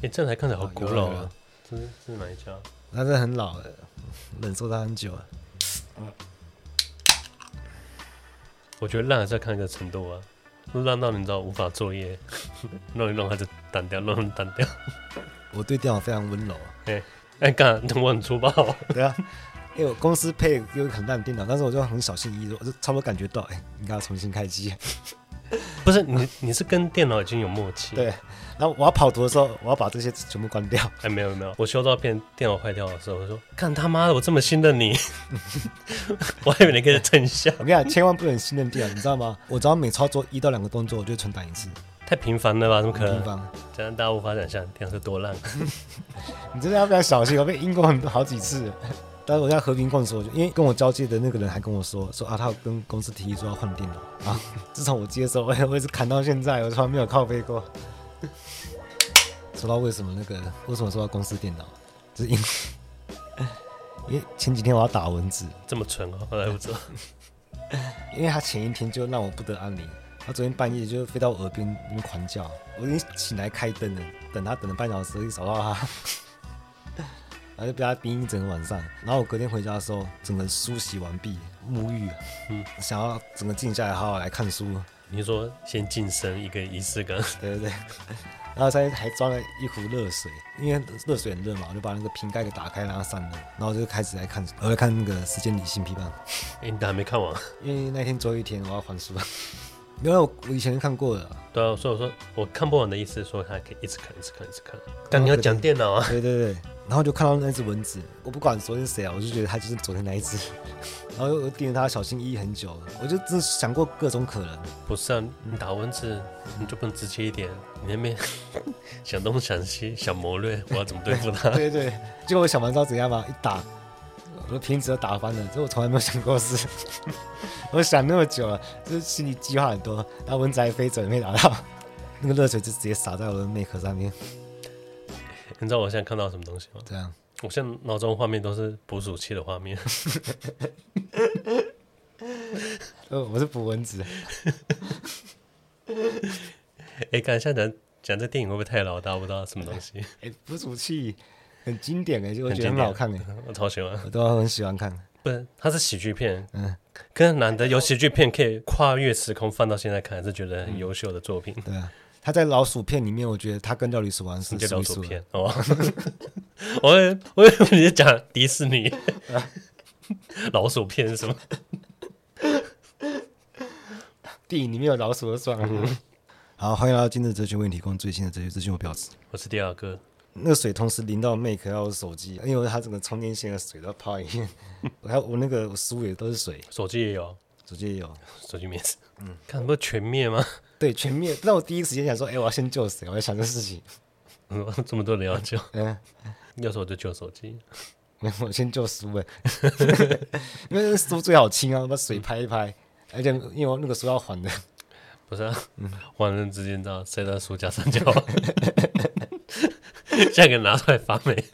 这台看起来好古老啊！这是哪一家？ 它是很老的，忍受它很久了。 我觉得烂还是要看一个程度啊，烂到你知道无法作业，弄一弄它就单掉，弄单掉。 我对电脑非常温柔啊。 干，我很粗暴。 对啊，因为我公司配有一个很烂的电脑，但是我就很小心翼翼，我就差不多感觉到，应该要重新开机。 不是你是跟电脑已经有默契。 对，然后我要跑图的时候，我要把这些全部关掉。 没有，我修照片电脑坏掉的时候，我说干他妈的，我这么信任你，我还以为你可以蹭笑。 我跟你讲，千万不能信任电脑，你知道吗？我只要每操作1到2个动作，我就存档一次。 太频繁了吧？怎么可能？ 频繁， 这样大家无法想象电脑是多烂。 你真的要非常小心，我被阴过好几次。但是我在和平共处，因为跟我交接的那个人还跟我说啊，他有跟公司提议说要换电脑啊。自从我接手，我一直砍到现在，我从来没有靠背过。说到为什么说到公司电脑，就是因为前几天我要打蚊子， 这么蠢哦，后来不知道。 因为他前一天就让我不得安宁，他昨天半夜就飞到我耳边那边狂叫，我已经醒来开灯了，等了半小时，找到他。然后就被他盯一整个晚上，然后我隔天回家的时候，整个梳洗完毕，沐浴，想要整个静下来，好好来看书。 你说先晋升一个仪式感， 对，然后还装了一壶热水，因为热水很热嘛，我就把那个瓶盖给打开，让它散热，然后就开始来看，我在看那个《时间理性批判》。 你还没看完？ 因为那天最后一天，我要还书。因为我以前看过了。 对啊，所以我说我看不完的意思是说他可以一直看。但你要讲电脑啊。 对，然后就看到那只蚊子，我不管昨天谁啊，我就觉得他就是昨天那一只，然后又盯着他小心翼翼很久，我就真的想过各种可能。 不是啊，你打蚊子你就不能直接一点，你那边想东想西想谋略，我要怎么对付他？ 对，结果我想完知道怎样吗？一打，我的瓶子都打翻了，这我从来没有想过的事。我想那么久了，就是心里计划很多，然后蚊子还飞走也没打到，那个热水就直接洒在我的内壳上面。 你知道我现在看到什么东西吗？ 这样， 我现在脑中画面都是捕鼠器的画面。 我是捕蚊子。 刚才现在讲这电影会不会太老？大家不知道什么东西？ 捕鼠器很经典我觉得很好看我超喜欢， 我都很喜欢看。 不是，它是喜剧片，可是难得有喜剧片可以跨越时空放到现在看，还是觉得很优秀的作品。 对啊，他在老鼠片里面，我觉得他跟料理鼠王是老鼠片哦。我以为你在讲迪士尼老鼠片是什么？ 电影里面有老鼠就算了。好，欢迎来到今日哲学为你提供最新的哲学资讯和标志。 我是第二个。 那个水同时淋到 Mac 还有手机，因为它整个充电线的水都泡里面。我那个书也都是水， 手机也有，手机没事。看不全灭吗？ 对，全灭。但我第一时间想说，我要先救谁？我在想这事情。 这么多人要救，要是我就救手机。 我先救书因为书最好清啊，把水拍一拍，而且因为我那个书要还的。 不是啊，还人之间知道塞到书架上就好。现在给拿出来发霉。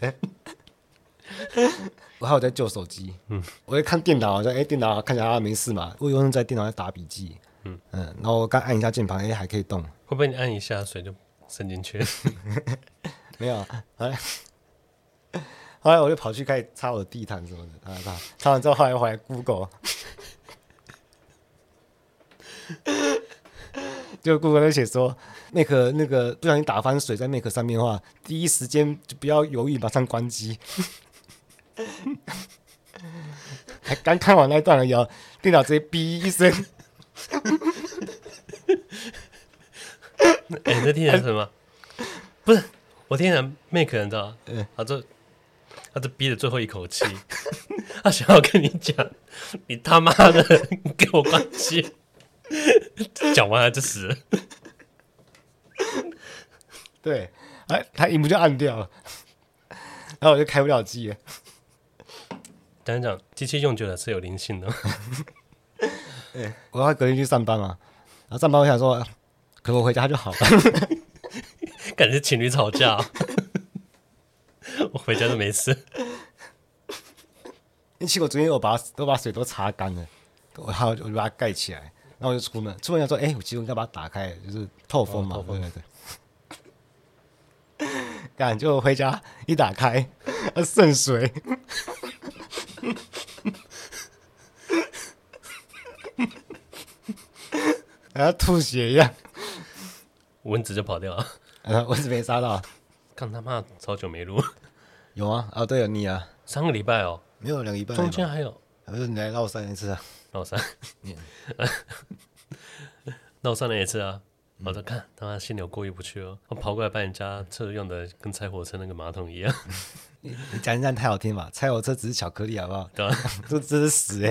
我还有在救手机，我在看电脑，好像电脑看起来没事嘛，我用在电脑在打笔记，然后我刚按一下键盘，还可以动， 会不会你按一下水就渗进去？ 没有，后来我就跑去开始擦我的地毯什么的，擦完之后后来回来 Google， 就 Google 就写说 Mac 那个不小心打翻水在 Mac 上面的话，第一时间就不要犹豫，马上关机。还刚看完那一段而已，电脑直接哔一声。 这听起来什么？不是，我听起来 Mac 你知道吗？他这逼的最后一口气，他想要跟你讲，你他妈的给我关机。讲完他就死了。 对，他荧幕就按掉了，然后我就开不了机了。 讲机器用久了是有灵性的。 我要隔天去上班嘛，然后上班我想说，可我回家就好了。 感觉情侣吵架。我回家都没事。 因为其实我昨天都把水都擦干了，我就把它盖起来，然后我就出门想说，我其实应该把它打开，就是透风嘛，对。 感就回家一打开，渗水，像吐血一样， 蚊子就跑掉了。 蚊子没杀到， 看他妈超久没录， 有吗？哦，对了，你啊， 3个礼拜哦， 没有2个礼拜， 中间还有还是你来绕山一次啊？ 绕山，绕山了一次啊。我说看他妈心里有过意不去哦，我跑过来把人家厕所用的跟拆火车那个马桶一样， 你讲这样太好听嘛？拆火车只是巧克力，好不好？ 对吧？ 这真是屎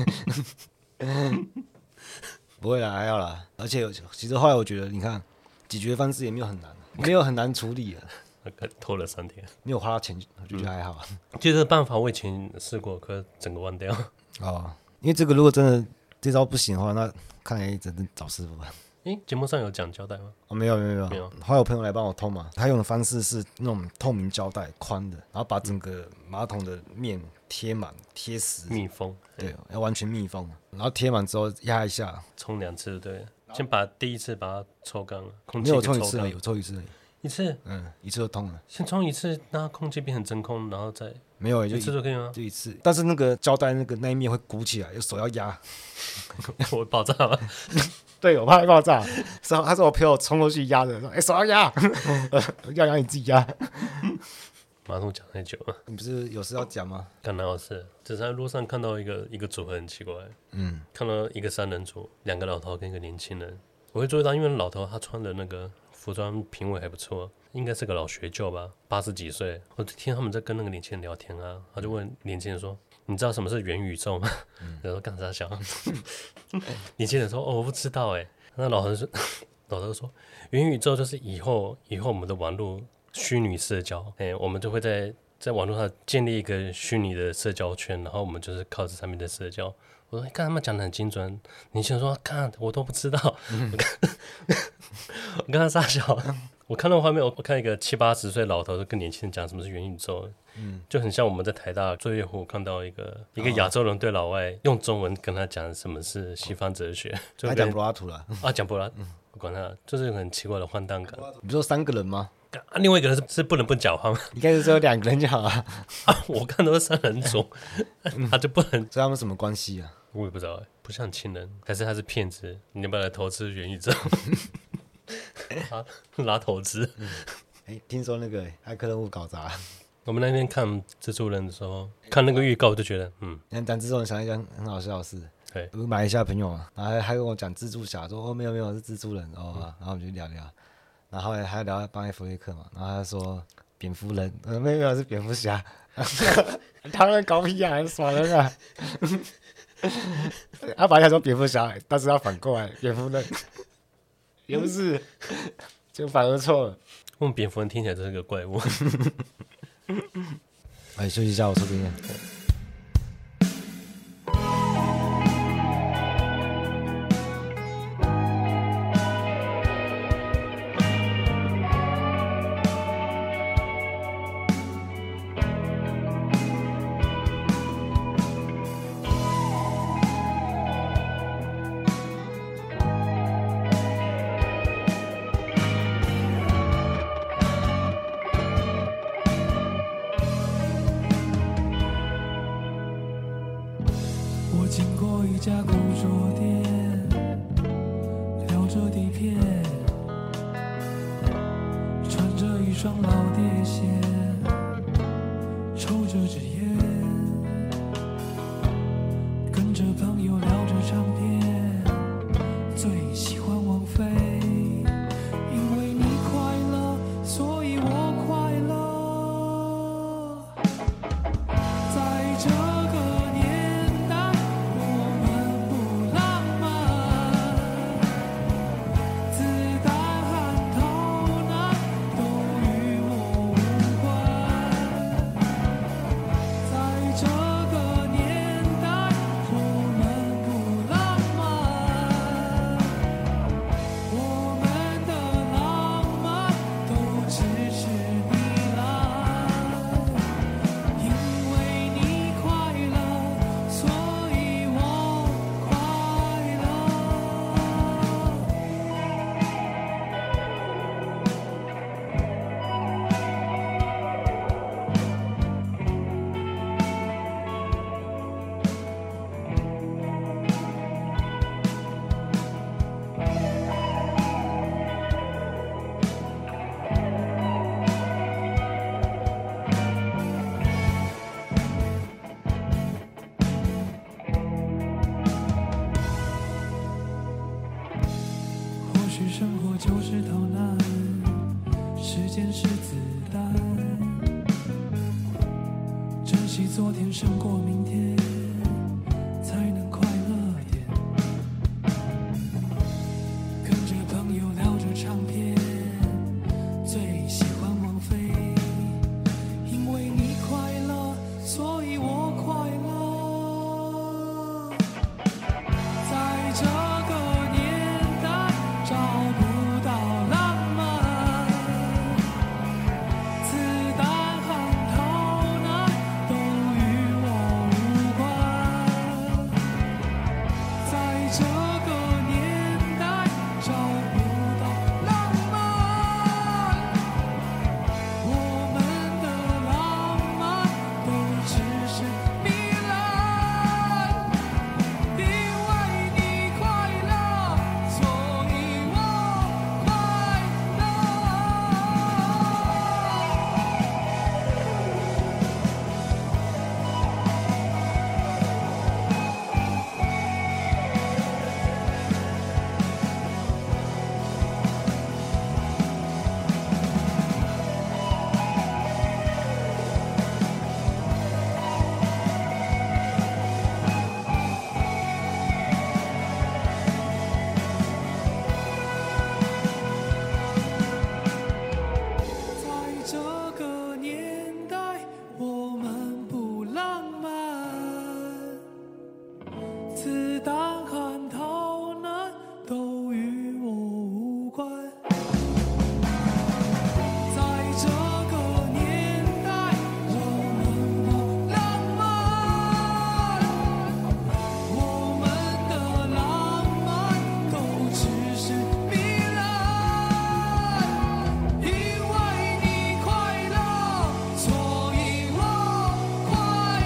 不会啦，还要啦。而且其实后来我觉得，你看解决方式也没有很难，没有很难处理啊， 拖了3天， 没有花到钱，我就觉得还好。 其实这个办法我以前试过，可是整个忘掉。 哦，因为这个如果真的这招不行的话，那看来只能找师傅吧。 节目上有讲胶带吗？ 哦，没有。后来我朋友来帮我通嘛，他用的方式是那种透明胶带宽的，然后把整个马桶的面贴满贴实， 密封， 对，要完全密封，然后贴满之后压一下， 冲2次对，先把第一次把它抽干了，空没气有冲一次而已， 给抽干有抽一次而已， 一次， 一次就通了。 先冲一次，让空气变成真空，然后再没有，就一次就可以吗？ 就一次，但是那个胶带那一面会鼓起来，有手要压。 我会爆炸吗？ 对，我怕会爆炸。他是我朋友冲过去压的，说：“手要压，要压你自己压。” 马桶讲太久了， 你不是有事要讲吗？ 干哪有事？只是在路上看到一个组合很奇怪，看到一个3人组，2个老头跟一个年轻人，我会注意到，因为老头他穿的那个服装品味还不错，应该是个老学究吧，80几岁。我听他们在跟那个年轻人聊天啊，他就问年轻人说：“你知道什么是元宇宙吗？”然后干啥小？年轻人说：“哦，我不知道哎。”那老头说：“元宇宙就是以后我们的网络虚拟社交，我们就会在网络上建立一个虚拟的社交圈，然后我们就是靠这上面的社交。”我说：“看他们讲的很精准。”年轻人说：“看我都不知道。我跟他傻笑。我看到画面，我看一个70、80岁老头跟年轻人讲什么是元宇宙，就很像我们在台大作业湖看到一个亚洲人对老外用中文跟他讲什么是西方哲学， 他讲柏拉图了啊，讲柏拉，不管他，就是很奇怪的荒诞感。 你不是说3个人吗？ 另外一个人是不能不讲话吗？ 应该是只有2个人就好了。 我看都是3人组，他就不能。 所以他们什么关系啊？ 我也不知道，不像亲人，还是他是骗子？你要不要来投资元宇宙？拉投资。 听说那个骇客任务搞砸。 我们那天看蜘蛛人的时候，看那个预告我就觉得， 讲蜘蛛人想一件很好笑的事。 对， 我马来西亚朋友嘛，然后还跟我讲蜘蛛侠，说没有是蜘蛛人然后我们就聊，然后后来还聊班艾弗雷克嘛，然后他说蝙蝠人，没有是蝙蝠侠，他们搞屁啊，耍人啊！他本来想说蝙蝠侠，但是他反过来蝙蝠人，也不是，就反而错了。 我们蝙蝠人听起来就是个怪物。 休息一下，我抽根烟。 经过一家古着店，聊着底片，穿着一双老爹鞋，抽着支烟，跟着朋友聊着唱片，最喜欢王菲，因为你快乐，所以我快乐，在这个年代我们不浪漫，子弹和逃难都与我无关，在这个年代我们昨天胜过明天，才能快乐点。跟着朋友聊着唱片，最喜欢王菲，因为你快乐，所以我快乐。在这个年代，找不到浪漫，子弹和逃难都与我无关。在这个年代，找不到浪漫，我们的浪漫都只是糜烂。因为你快乐，所以我快在这个年代，我们不浪漫，子弹和逃难都与我无关。在这个年代，我们不浪漫，我们的浪漫都只是糜烂。因为你快乐，所以我快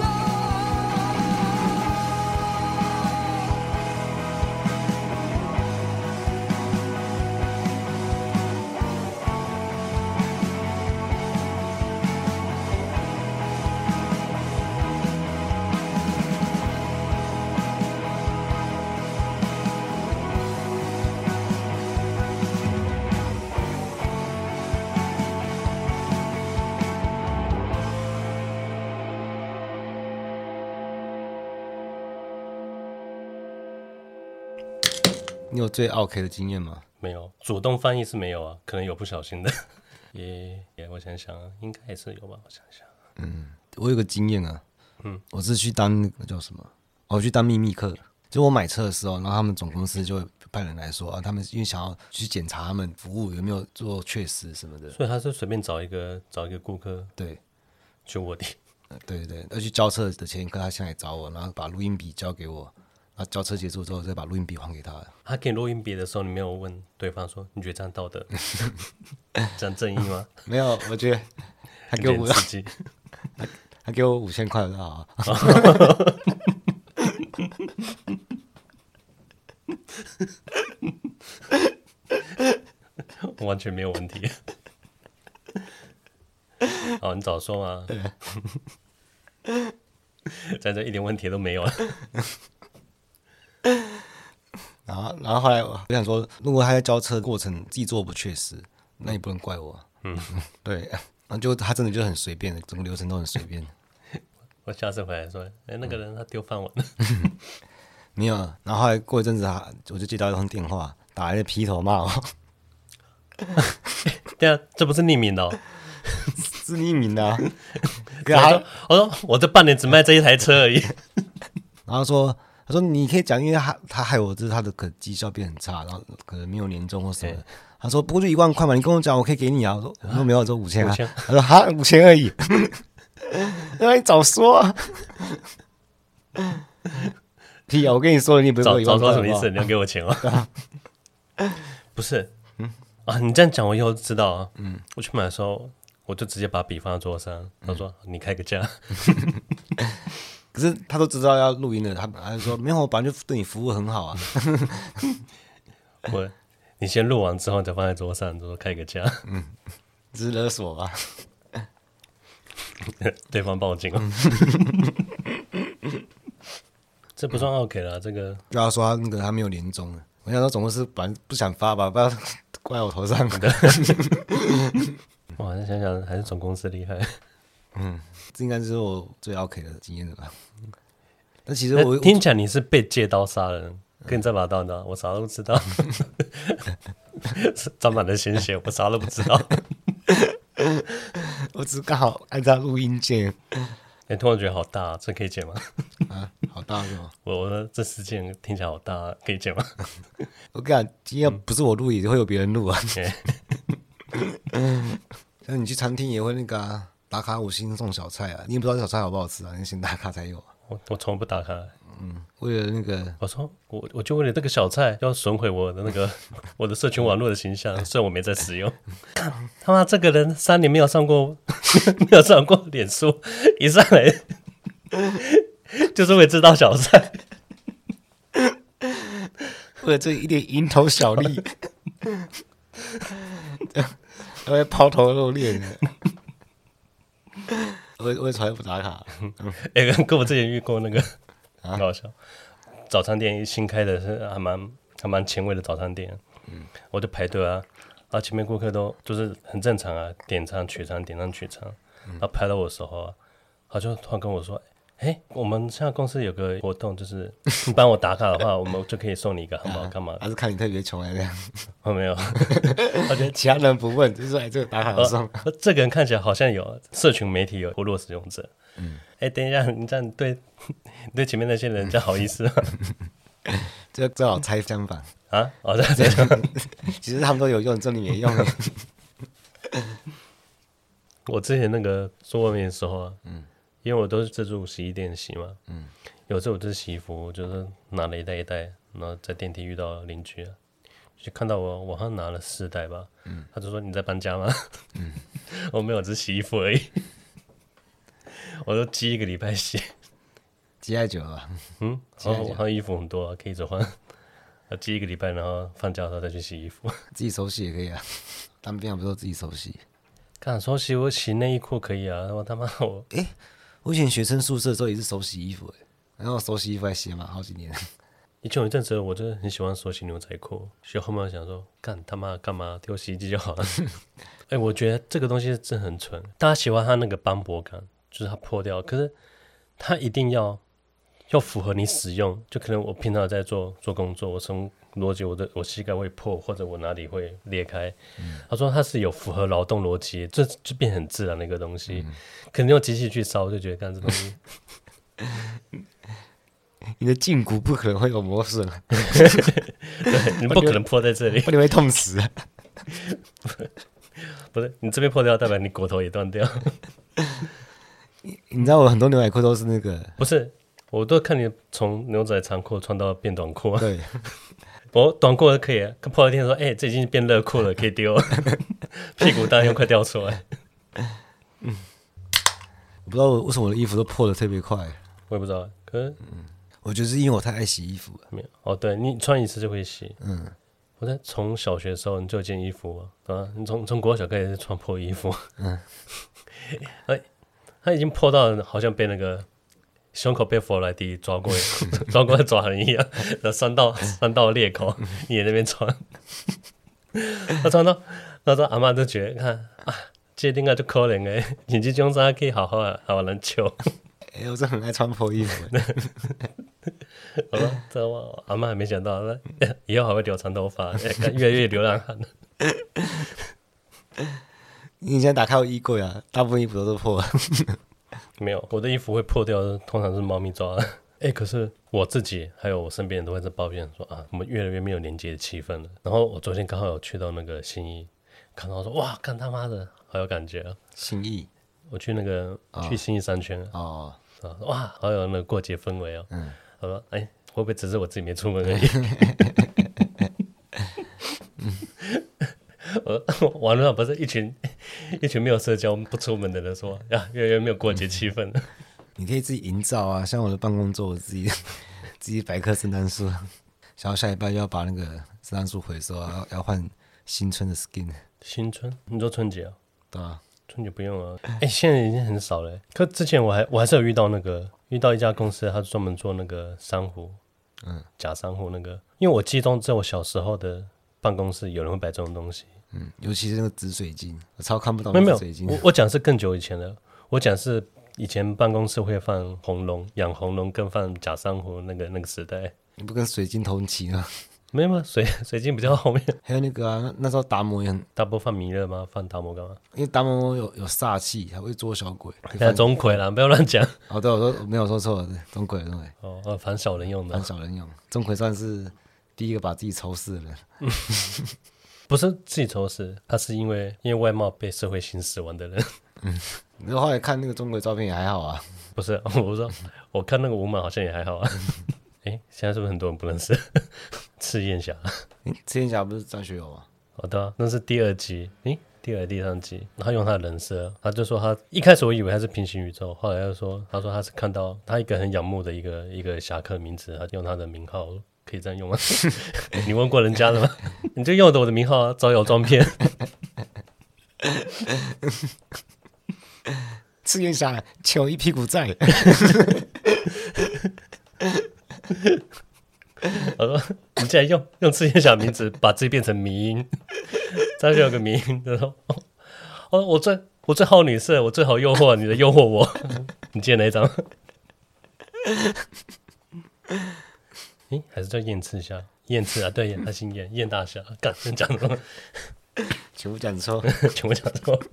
你有最 OK 的经验吗？ 没有，主动翻译是没有啊，可能有不小心的。我想想啊，应该也是有吧，我想想。 我有个经验啊，我是去当那个叫什么？我去当秘密客，就我买车的时候，然后他们总公司就会派人来说啊，他们因为想要去检查他们服务有没有做确实什么的， 所以他是随便找一个顾客对， 去卧底。 对对，要去交车的前一刻，他先来找我，然后把录音笔交给我，然后交车结束之后再把录音笔还给他。 他给你录音笔的时候，你没有问对方说你觉得这样道德、这样正义吗？ 没有，我觉得他给我有点刺激。 他给我5000块就好。 完全没有问题。好，你早说嘛。在这一点问题都没有了。 然后后来我想说，如果他在交车过程自己做不确实，那也不能怪我。对，然后就他真的就很随便的，整个流程都很随便。 我下次回来说，那个人他丢饭碗了。 没有，然后后来过一阵子，我就接到一通电话，打来的劈头骂我。 对啊，这不是匿名的哦。 是匿名的、啊。 我说我这半年只卖这一台车而已。 然后他说你可以讲，因为他害我，就是他的绩效变很差，然后可能没有年终或什么的。他说不过就1万块嘛，你跟我讲，我可以给你啊。我说没有，我说5000啊。他说哈5000而已。那你早说啊。屁啊！我跟你说了，你不是给我1万块早说什么意思？你要给我钱哦。不是，你这样讲我以后知道啊。我去买的时候，我就直接把笔放在桌上，他说你开个价。 可是他都知道要录音了，他就说没有，我本来就对你服务很好啊。 你先录完之后再放在桌上，说开个价。 这是勒索吧？ 对方报警了。这不算 OK 了，这个就要说他没有年终了。我想说总共是本来不想发吧，不要怪我头上的。 哇，想想还是总公司厉害。 这应该是我最 OK 的经验了吧。但其实我听起来你是被借刀杀人，跟你这把刀呢，我啥都不知道，沾满了鲜血，我啥都不知道。 我只是刚好按照录音键。 突然觉得好大、啊，这可以剪吗？ 啊，好大是吗？ 我的这事件听起来好大、啊，可以剪吗？ 我跟你讲，今天不是我录，也会有别人录啊。像你去餐厅也会那个、啊、打卡5星送小菜啊，你也不知道这小菜好不好吃啊，你先打卡才有、啊。 我从不打卡。 为了那个， 我说我就为了这个小菜要损毁我的那个我的社群网络的形象，虽然我没在使用。他妈这个人3年没有上过脸书，一上来就是为这道小菜， 为了这一点蝇头小利，还会抛头露脸的。我从来不打卡。 跟我之前遇过那个很好笑，早餐店新开的是还蛮前卫的早餐店，我就排队啊，然后前面顾客都就是很正常啊，点餐取餐，点餐取餐，然后排到我的时候啊，他就突然跟我说：“我们现在公司有个活动，就是你帮我打卡的话，我们就可以送你一个汉堡，干嘛？” 还是看你特别穷还是这样？ 我没有，我觉得其他人不问，就是说这个打卡有送。 这个人看起来好像有社群媒体有活络使用者。等一下，你这样对前面那些人叫好意思吗？ 这正好猜相反啊！这样， 其实他们都有用，这里没用。 我之前那个做外面的时候啊，因为我都是自助洗衣店洗嘛，有时候我就是洗衣服，我就是拿了一袋，然后在电梯遇到邻居啊，就看到我好像拿了4袋吧，他就说你在搬家吗？我没有，只是洗衣服而已。我都积1个礼拜洗， 积太久了吧？ 好像衣服很多啊，可以一直换。要积1个礼拜，然后放假的时候再去洗衣服。 自己手洗也可以啊，当兵还不是都自己手洗？ 干手洗我洗内衣裤可以啊，我他妈我以前学生宿舍的时候也是手洗衣服然后手洗衣服还洗了好几年。 以前有一阵子我真的很喜欢手洗牛仔裤，所以后面我想说他妈干嘛丢洗衣机就好了。我觉得这个东西真的很蠢，大家喜欢它那个磅礴感，就是它破掉，可是它一定要符合你使用，就可能我平常在做工作，我从逻辑我膝盖会破，或者我哪里会裂开。他说它是有符合劳动逻辑，这就变很自然的一个东西。可能用机器去烧，就觉得干这东西。 你的胫骨不可能会有磨损， 对，你不可能破在这里， 不然你会痛死。 不是你这边破掉，代表你骨头也断掉。 你知道我很多牛仔裤都是那个， 不是，我都看你从牛仔长裤穿到变短裤。 对， 我短裤可以，破了一天说，这已经变热裤了，可以丢了。屁股当然又快掉出来。 我不知道为什么我的衣服都破的特别快， 我也不知道，可是我觉得是因为我太爱洗衣服了。 没有对你穿一次就会洗。我在从小学的时候你就有一件衣服啊，你从国小开始穿破衣服。他已经破到好像被那个胸口被佛莱迪抓过爪痕一样，然后3道裂口，你也在那边穿。他穿到，然后阿嬷就觉得看啊，这应该就可怜的，你这种衫可以好好人穿。 我真的很爱穿破衣服。 我说这我阿嬷还没想到，以后还会留长头发，越来越流浪汉了。 你现在打开我衣柜啊，大部分衣服都是破的。 没有，我的衣服会破掉，通常是猫咪抓的。可是我自己还有我身边人都会在抱怨说啊，我们越来越没有连接的气氛了。然后我昨天刚好有去到那个信义，看到说哇，干他妈的，好有感觉啊！ 信义， 我去那个去信义3圈哇，好有那个过节氛围哦。我说会不会只是我自己没出门而已？网络上不是一群没有社交不出门的人说呀，越来越没有过节气氛了。 你可以自己营造啊，像我的办公桌，我自己摆棵圣诞树，想要下礼拜就要把那个圣诞树回收啊，要换新春的 skin。 新春？你说春节啊？ 对啊， 春节不用啊。现在已经很少了。可之前我还是有遇到一家公司，他专门做那个珊瑚，假珊瑚那个。因为我记中在我小时候的办公室有人会摆这种东西。 尤其是那个紫水晶，我超看不懂那个紫水晶。 我讲是更久以前的。 我讲是以前办公室会放红龙，养红龙跟放假珊瑚那个时代。 你不跟水晶同期吗？ 没有吗？水晶比较后面。 还有那个啊，那时候达摩也很， 大波放弥勒吗？放达摩干嘛？ 因为达摩有煞气，还会捉小鬼。 现在钟馗啦，不要乱讲。 哦，对，我没有说错了，对，钟馗。 哦，反小人用的反。小人用。钟馗算是第一个把自己仇视的人。 不是自己仇视，他是因为外貌被社会性死亡的人。 你后来看那个钟馗照片也还好啊。 不是，我说我看那个吴马好像也还好啊。现在是不是很多人不认识赤焰侠？ 赤焰侠不是张学友吗？ 哦，对啊，那是第2集，第3集，他用他的人设，他就说他一开始我以为他是平行宇宙，后来他说他是看到他一个很仰慕的一个侠客名字，他用他的名号，可以这样用吗？你问过人家了吗？你就用我的名号啊，招摇撞骗。 赤焰侠欠我一屁股债。 我说你竟然用赤焰侠名字把自己变成迷因，张学友有个迷因，就说我最好女色，我最好诱惑你的诱惑我。你记得哪一张？还是叫燕赤侠？燕赤啊，对，他姓燕，燕大侠。干，真讲错， 全部讲错， 全部讲错。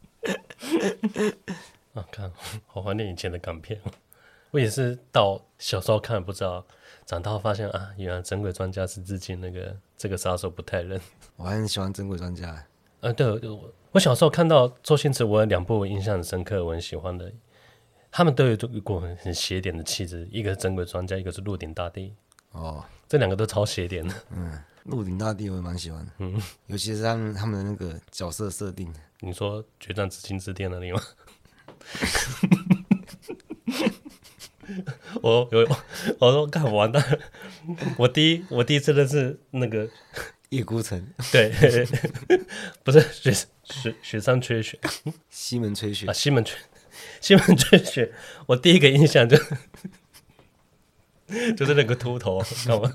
啊，看，好怀念以前的港片。我也是到小时候看不知道，长大后发现啊，原来《整鬼专家》是致敬这个杀手不太冷。 我还很喜欢《整鬼专家》。 对，我小时候看到周星驰，我有2部我印象很深刻，我很喜欢的，他们都有一股很邪典的气质，一个是《整鬼专家》，一个是《鹿鼎大帝》。哦，这2个都超邪典的。 鹿鼎大帝我也蛮喜欢的，尤其是他们的那个角色设定。 你说《决战紫禁之巅》那里吗？我说干完蛋了，我第一次认识那个叶孤城， 对，不是雪山吹雪， 西门吹雪啊，西门吹雪，我第一个印象就是那个秃头，知道吗？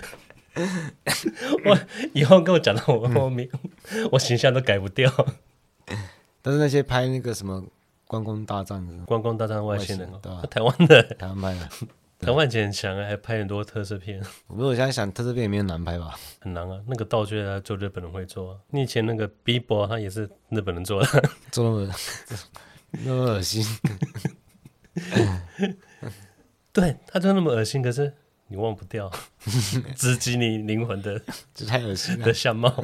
我以后跟我讲到我形象都改不掉。 但是那些拍那个什么关公大战的， 关公大战外星人， 对吧？ 台湾的， 台湾拍的， 台湾以前很强啊，还拍很多特色片。 不过我现在想，特色片也没有难拍吧？ 很难啊，那个道具啊，就日本人会做啊。你以前那个 B-boy 他也是日本人做的， 做那么恶心。 对，他就那么恶心，可是你忘不掉，直击你灵魂的， 这太恶心了的相貌。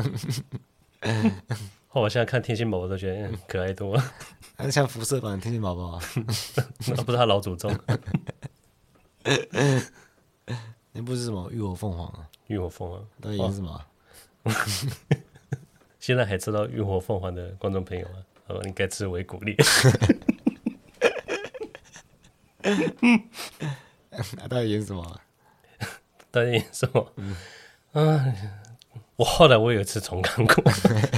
我现在看天线宝宝都觉得可爱多了， 还是像辐射版的天线宝宝啊？ 那不是他老祖宗。 那部是什么？浴火凤凰啊？ 浴火凤凰到底演什么啊？ 现在还知道浴火凤凰的观众朋友啊，应该自为鼓励。 到底演什么啊？ 到底演什么？我后来我有一次重看过，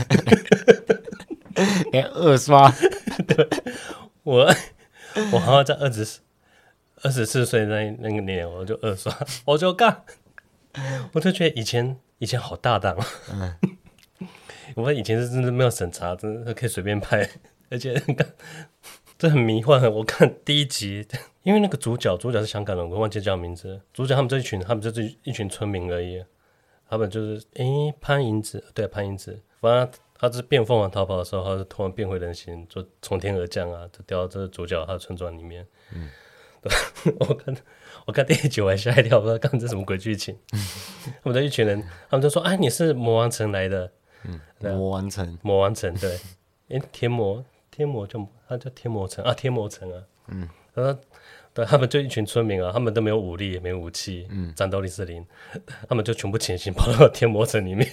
二刷。 对，我好像在24岁那个年，我就二刷，我就干，我就觉得以前好大胆啊！我以前是真的没有审查，真的可以随便拍，而且这很迷幻。我看第1集，因为那个主角是香港人，我忘记叫名字。主角他们就是一群村民而已。他们就是潘迎紫，对，潘迎紫，反正他是变凤凰逃跑的时候，他是突然变回人形，就从天而降啊，就掉到这个主角他的村庄里面。对，我看第1集我还吓一跳，不知道看这什么鬼剧情。他们就一群人，他们就说：“哎，你是魔王城来的。” 魔王城， 对，天魔就他叫天魔城啊，天魔城啊。然后对，他们就一群村民啊，他们都没有武力，也没有武器，战斗力是0，他们就全部潜行跑到天魔城里面，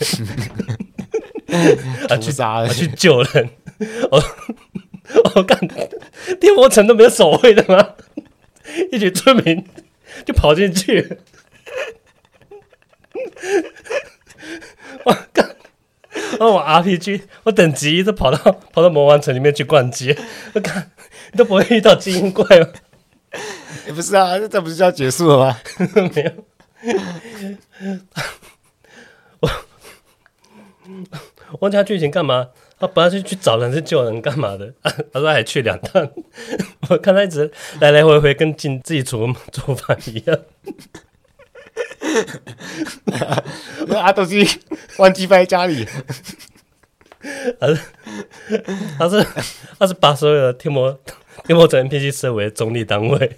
去救人。我看天魔城都没有守卫的吗？一群村民就跑进去，我干！我 RPG 我等级都跑到魔王城里面去逛街，我看你都不会遇到精英怪吗？ 也不是啊，这不是就要结束了吗？ 没有，我忘记他剧情干嘛？ 他本来是去找人去救人干嘛的？他说还去2趟，我看他一直来来回回跟进自己厨房一样。 那阿斗鸡忘记放在家里， 他是把所有的天魔整 NPC 设为中立单位。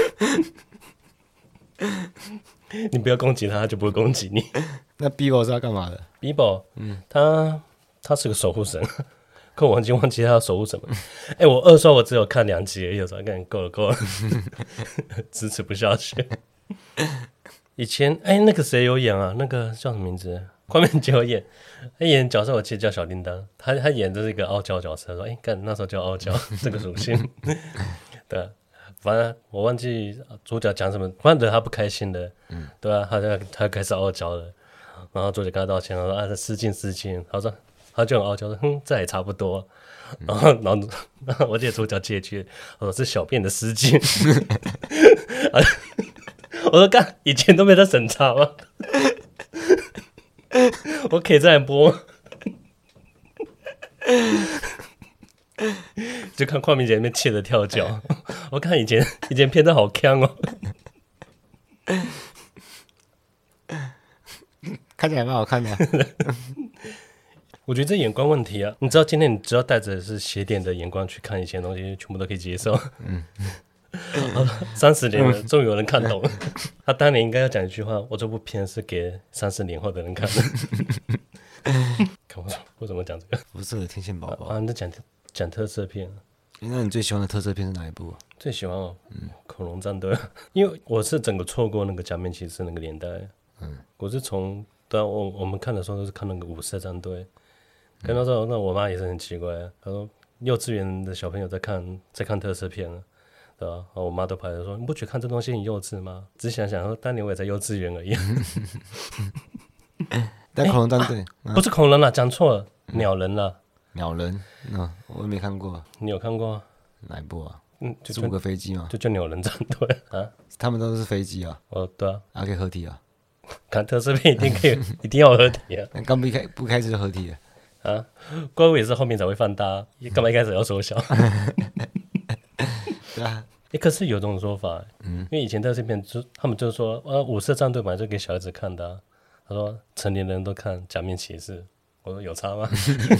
你不要攻击他，他就不会攻击你。 那 Bibo 是要干嘛的 Bibo， 他是个守护神，可我已经忘记他要守护什么。我二刷我只有看2集而已，有时候干够了，支持不下去。以前那个谁有演啊？那个叫什么名字？关面姐有演，他演角色我记得叫小叮当，他演的是一个傲娇角色，说干那时候叫傲娇这个属性，对啊。反正我忘记主角讲什么，反正惹他不开心的，对啊，他开始傲娇了，然后主角跟他道歉，他说这失敬，他说他就很傲娇说这也差不多，然后我记得主角接一句，我说是小便的失敬，我说干以前都没在审查吗？我可以再来播吗？就看邝明姐那边气得跳脚，我看以前片段好呛哦， 看起来蛮好看的。 我觉得这眼光问题啊，你知道今天你只要带着是斜点的眼光去看以前的东西，全部都可以接受。30年了，终于有人看懂了。他当年应该要讲一句话：我这部片是给30年后的人看的。看我怎么讲这个？ 不是天线宝宝你在讲特色片。 那你最喜欢的特色片是哪一部？ 最喜欢恐龙战队，因为我是整个错过那个假面骑士那个年代。我是从我们看的时候都是看那个五色战队，看到时候那我妈也是很奇怪，她说幼稚园的小朋友在看特色片了。对吧？我妈都跑来说：“你不觉得看这东西很幼稚吗？”只想想说，当年我也在幼稚园而已。 但恐龙战队不是恐龙啦，讲错了，鸟人啦。 鸟人，我也没看过。 你有看过哪一部啊？ 就是 5个飞机吗？ 就叫鸟人战队啊。 他们都是飞机啊。 对啊， 可以合体啊。 看特色片一定要合体啊。 刚不开始就合体了啊？怪物也是后面才会放大，干嘛一开始要缩小？ 对啊。 可是有种说法，因为以前特色片他们就说五色战队本来就给小孩子看的啊。他说成年人都看假面骑士，我说有差吗？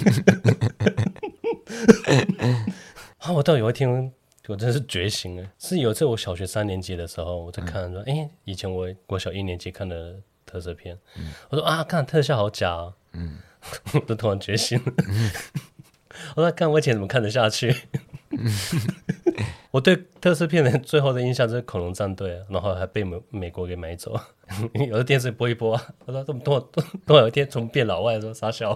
我到有一天我真是觉醒了，是有一次我小学3年级的时候，我在看说，以前我小1年级看的特色片，我说看特效好假啊，我就突然觉醒了。我说看我以前怎么看得下去？我对特色片的最后的印象就是恐龙战队，然后还被美国给买走。有的电视播一播，他说等有一天从变老外的时候傻笑。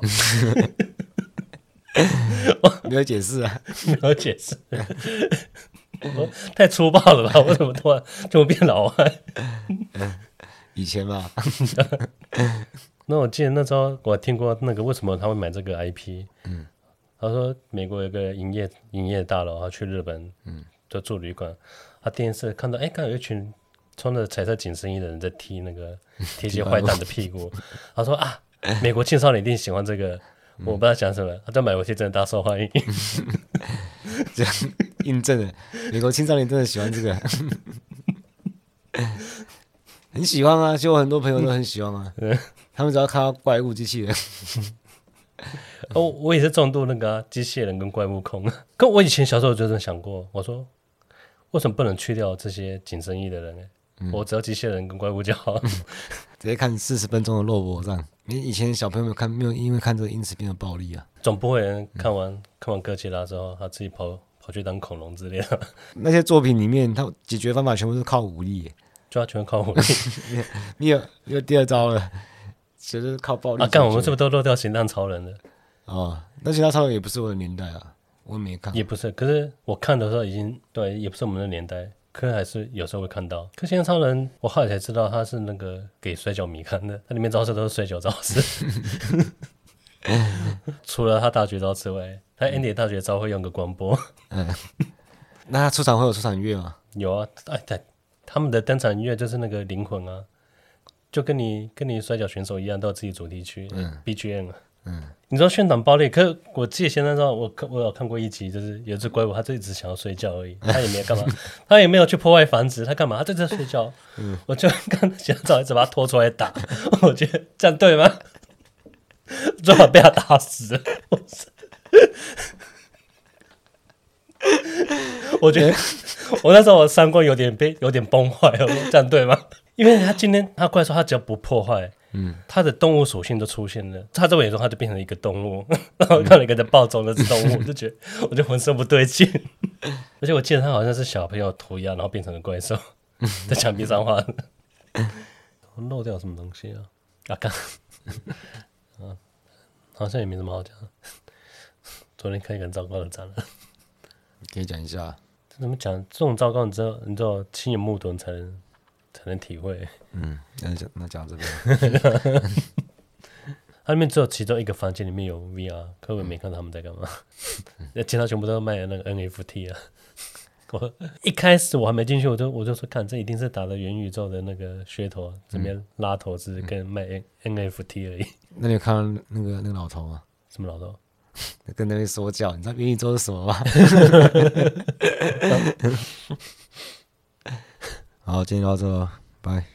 没有解释啊， 没有解释。太粗暴了吧？我怎么突然就变老外？ 以前吧。 那我记得那时候我听过那个为什么他会买这个 IP。他说美国有个营业大楼，他去日本，就住旅馆，他电视看到，刚有一群穿着彩色紧身衣的人在踢一些坏蛋的屁股。他说美国青少年一定喜欢这个，我不知道讲什么，他就买回去真的大受欢迎。 这样印证了美国青少年真的喜欢这个。很喜欢啊，其实我很多朋友都很喜欢啊。他们只要看到怪物机器人。 我也是重度那个机械人跟怪物控。可我以前小时候就真的想过，我说为什么不能去掉这些紧身衣的人呢？我只要机械人跟怪物就好。 直接看40分钟的肉搏战。以前小朋友没有因为看这个因此变得暴力啊。 总不会有人看完哥吉拉之后，他自己跑去当恐龙之类的。 那些作品里面，他解决方法全部是靠武力， 就要全靠武力。 你有第二招了，就是靠暴力。 干我们是不是都漏掉形象超人了？ 那形象超人也不是我的年代啊，我没看。 也不是，可是我看的时候已经对，也不是我们的年代。可是还是有时候会看到。可形象超人，我后来才知道他是那个给摔跤迷看的，它里面招式都是摔跤招式。除了他大绝招之外，他 Andy 大绝招会用个光波。 那他出场会有出场乐吗？ 有啊，他们的登场音乐就是那个灵魂啊，就跟你摔跤选手一样，都有自己主题曲，BGM 啊。 你知道宣传暴力，可是我记得现在我有看过一集，就是有只怪物，它就一直想要睡觉而已，它也没有干嘛，它也没有去破坏房子，它干嘛？它就在睡觉。我就看到洗澡一直把它拖出来打，我觉得这样对吗？最好被他打死了。我觉得我那时候我三观有点崩坏了，这样对吗？因为他今天他怪兽，他只要不破坏。它的动物属性都出现了，它在我眼中它就变成了一个动物，然后看了一个在暴走那只动物，我就觉得我就浑身不对劲。而且我记得它好像是小朋友涂鸦，然后变成了怪兽，在墙壁上画的。我漏掉什么东西啊？刚好像也没什么好讲的。昨天看一个很糟糕的展览， 可以讲一下。 怎么讲？这种糟糕，你知道亲眼目睹才能体会。 那讲这边， 它里面只有其中一个房间里面有 VR， 可我没看到他们在干嘛。其他全部都卖那个 NFT 啊。我一开始我还没进去，我就说看这一定是打了元宇宙的那个噱头，这边拉投资跟卖 NFT 而已。 那你有看到那个老头吗？ 什么老头？ 跟那边说教，你知道元宇宙是什么吗？好，今天到这，拜。